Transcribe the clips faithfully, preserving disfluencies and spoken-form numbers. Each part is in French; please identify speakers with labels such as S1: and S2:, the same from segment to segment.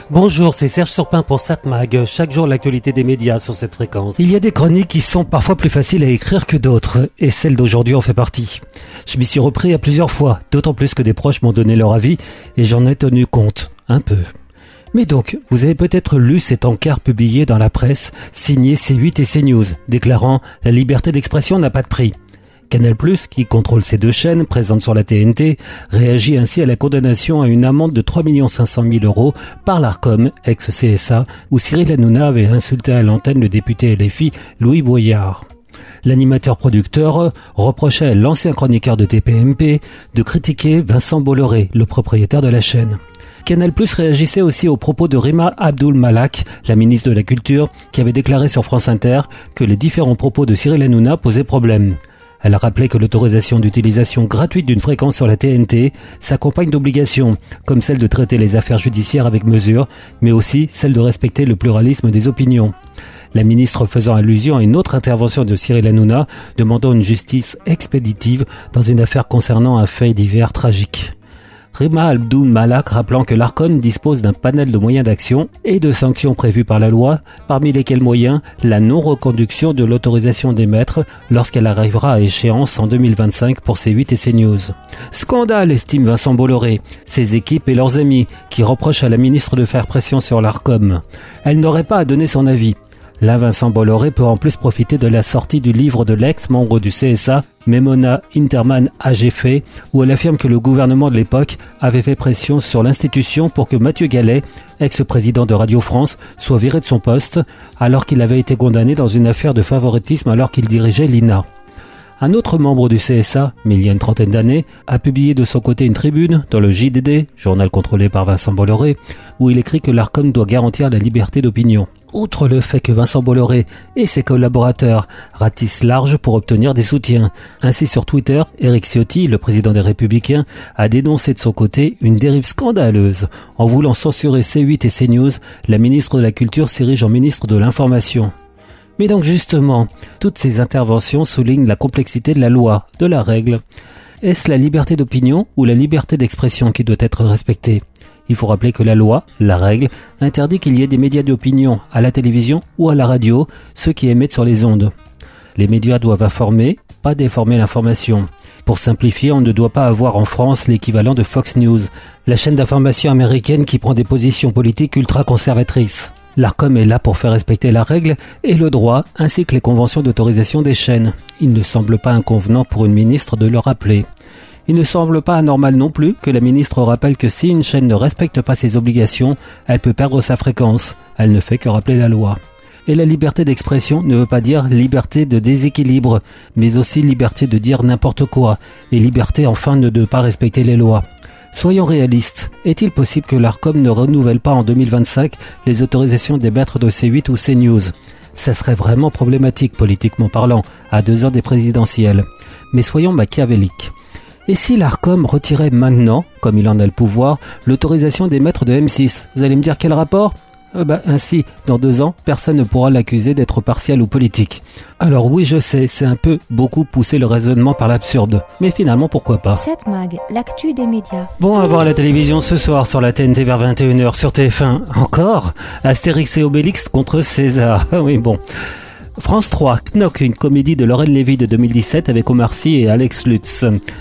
S1: Bonjour, c'est Serge Surpin pour SatMag. Chaque jour, l'actualité des médias sur cette fréquence. Il y a des chroniques qui sont parfois plus faciles à écrire que d'autres, et celle d'aujourd'hui en fait partie. Je m'y suis repris à plusieurs fois, d'autant plus que des proches m'ont donné leur avis, et j'en ai tenu compte, un peu. Mais donc, vous avez peut-être lu cet encart publié dans la presse, signé C huit et CNews, déclarant « La liberté d'expression n'a pas de prix ». Canal+, qui contrôle ces deux chaînes présentes sur la T N T, réagit ainsi à la condamnation à une amende de trois millions cinq cent mille euros par l'Arcom, ex-C S A, où Cyril Hanouna avait insulté à l'antenne le député L F I Louis Boyard. L'animateur-producteur reprochait à l'ancien chroniqueur de T P M P de critiquer Vincent Bolloré, le propriétaire de la chaîne. Canal+ réagissait aussi aux propos de Rima Abdul Malak, la ministre de la Culture, qui avait déclaré sur France Inter que les différents propos de Cyril Hanouna posaient problème. Elle a rappelé que l'autorisation d'utilisation gratuite d'une fréquence sur la T N T s'accompagne d'obligations, comme celle de traiter les affaires judiciaires avec mesure, mais aussi celle de respecter le pluralisme des opinions. La ministre faisant allusion à une autre intervention de Cyril Hanouna, demandant une justice expéditive dans une affaire concernant un fait divers tragique. Rima Abdul Malak rappelant que l'Arcom dispose d'un panel de moyens d'action et de sanctions prévues par la loi, parmi lesquels moyens la non-reconduction de l'autorisation d'émettre lorsqu'elle arrivera à échéance en deux mille vingt-cinq pour C huit et CNews. Scandale, estime Vincent Bolloré, ses équipes et leurs amis qui reprochent à la ministre de faire pression sur l'Arcom. Elle n'aurait pas à donner son avis. Là, Vincent Bolloré peut en plus profiter de la sortie du livre de l'ex-membre du C S A, Memona Interman Agefé, où elle affirme que le gouvernement de l'époque avait fait pression sur l'institution pour que Mathieu Gallet, ex-président de Radio France, soit viré de son poste, alors qu'il avait été condamné dans une affaire de favoritisme alors qu'il dirigeait l'I N A. Un autre membre du C S A, mais il y a une trentaine d'années, a publié de son côté une tribune dans le J D D, journal contrôlé par Vincent Bolloré, où il écrit que l'Arcom doit garantir la liberté d'opinion. Outre le fait que Vincent Bolloré et ses collaborateurs ratissent large pour obtenir des soutiens. Ainsi sur Twitter, Éric Ciotti, le président des Républicains, a dénoncé de son côté une dérive scandaleuse. En voulant censurer C huit et CNews, la ministre de la Culture s'érige en ministre de l'Information. Mais donc justement, toutes ces interventions soulignent la complexité de la loi, de la règle. Est-ce la liberté d'opinion ou la liberté d'expression qui doit être respectée ? Il faut rappeler que la loi, la règle, interdit qu'il y ait des médias d'opinion à la télévision ou à la radio, ceux qui émettent sur les ondes. Les médias doivent informer, pas déformer l'information. Pour simplifier, on ne doit pas avoir en France l'équivalent de Fox News, la chaîne d'information américaine qui prend des positions politiques ultra-conservatrices. L'Arcom est là pour faire respecter la règle et le droit, ainsi que les conventions d'autorisation des chaînes. Il ne semble pas inconvenant pour une ministre de le rappeler. Il ne semble pas anormal non plus que la ministre rappelle que si une chaîne ne respecte pas ses obligations, elle peut perdre sa fréquence. Elle ne fait que rappeler la loi. Et la liberté d'expression ne veut pas dire liberté de déséquilibre, mais aussi liberté de dire n'importe quoi, et liberté enfin de ne pas respecter les lois. Soyons réalistes, est-il possible que l'Arcom ne renouvelle pas en deux mille vingt-cinq les autorisations d'émettre de C huit ou CNews ? Ça serait vraiment problématique politiquement parlant, à deux ans des présidentielles. Mais soyons machiavéliques. Et si l'Arcom retirait maintenant, comme il en a le pouvoir, l'autorisation d'émettre de M six ? Vous allez me dire quel rapport ? Euh ben, ainsi, dans deux ans, personne ne pourra l'accuser d'être partial ou politique. Alors oui, je sais, c'est un peu beaucoup pousser le raisonnement par l'absurde. Mais finalement, pourquoi pas ?
S2: SatMag, l'actu des médias.
S1: Bon, à voir la télévision ce soir sur la T N T vers vingt et une heures sur T F un. Encore ? Astérix et Obélix contre César. Oui, bon. France trois, Knock, une comédie de Laurel Lévy de deux mille dix-sept avec Omar Sy et Alex Lutz.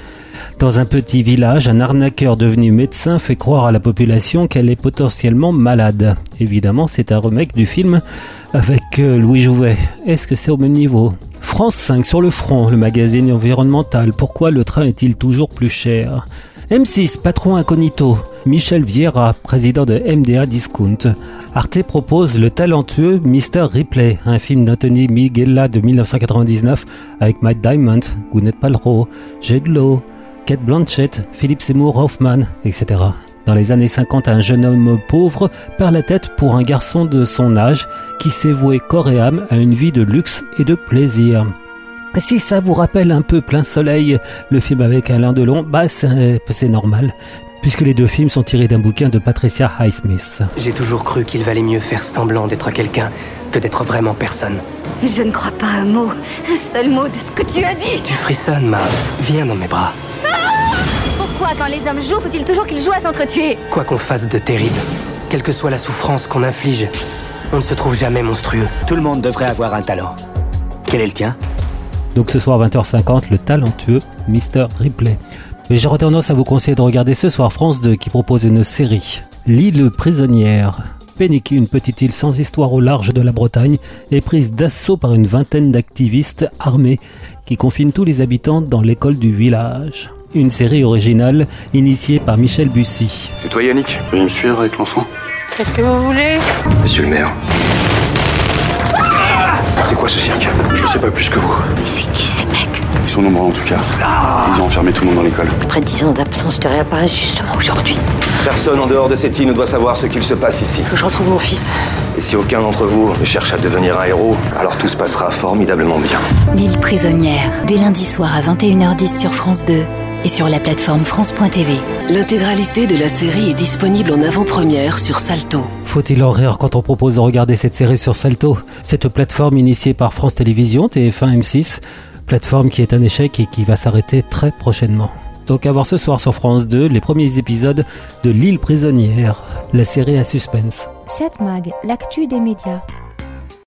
S1: Dans un petit village, un arnaqueur devenu médecin fait croire à la population qu'elle est potentiellement malade. Évidemment, c'est un remake du film avec euh, Louis Jouvet. Est-ce que c'est au même niveau ? France cinq sur le front, le magazine environnemental. Pourquoi le train est-il toujours plus cher ? M six, patron incognito. Michel Vieira, président de M D A Discount. Arte propose le talentueux mister Ripley, un film d'Anthony Minghella de dix-neuf cent quatre-vingt-dix-neuf avec Matt Damon, Gwyneth Paltrow, Jude Law, Cate Blanchett, Philip Seymour Hoffman, et cetera. Dans les années cinquante, un jeune homme pauvre perd la tête pour un garçon de son âge qui s'est voué corps et âme à une vie de luxe et de plaisir. Si ça vous rappelle un peu Plein Soleil, le film avec Alain Delon, bah c'est, c'est normal, puisque les deux films sont tirés d'un bouquin de Patricia Highsmith.
S3: J'ai toujours cru qu'il valait mieux faire semblant d'être quelqu'un que d'être vraiment personne.
S4: Je ne crois pas un mot, un seul mot de ce que tu as dit.
S3: Tu frissonnes, Ma. Viens dans mes bras.
S4: Pourquoi, quand les hommes jouent, faut-il toujours qu'ils jouent à s'entretuer ?
S3: Quoi qu'on fasse de terrible, Quelle que soit la souffrance qu'on inflige, on ne se trouve jamais monstrueux.
S5: Tout le monde devrait avoir un talent. Quel est le tien ?
S1: Donc ce soir vingt heures cinquante, le talentueux mister Ripley. Et j'aurais tendance à vous conseiller de regarder ce soir France deux qui propose une série. L'île prisonnière. Pénic, une petite île sans histoire au large de la Bretagne, est prise d'assaut par une vingtaine d'activistes armés qui confinent tous les habitants dans l'école du village. Une série originale initiée par Michel Bussy.
S6: C'est toi Yannick ? Vous me suivre avec l'enfant ?
S7: Qu'est-ce que vous voulez ?
S6: Monsieur le maire. C'est quoi ce cirque ? Je ne sais pas plus que vous.
S7: Mais c'est qui ces mecs ?
S6: Ils sont nombreux en tout cas. Ils ont enfermé tout le monde dans l'école.
S7: Après dix ans d'absence, tu réapparais justement aujourd'hui.
S8: Personne en dehors de cette île ne doit savoir ce qu'il se passe ici.
S7: Que je retrouve mon fils.
S8: Et si aucun d'entre vous ne cherche à devenir un héros, alors tout se passera formidablement bien.
S9: L'île prisonnière, dès lundi soir à vingt et une heures dix sur France deux et sur la plateforme France point T V.
S10: L'intégralité de la série est disponible en avant-première sur Salto.
S1: Faut-il en rire quand on propose de regarder cette série sur Salto ? Cette plateforme initiée par France Télévisions, T F un, M six, plateforme qui est un échec et qui va s'arrêter très prochainement. Donc à voir ce soir sur France deux les premiers épisodes de L'île prisonnière, la série à suspense.
S2: sept Mag, l'actu des médias.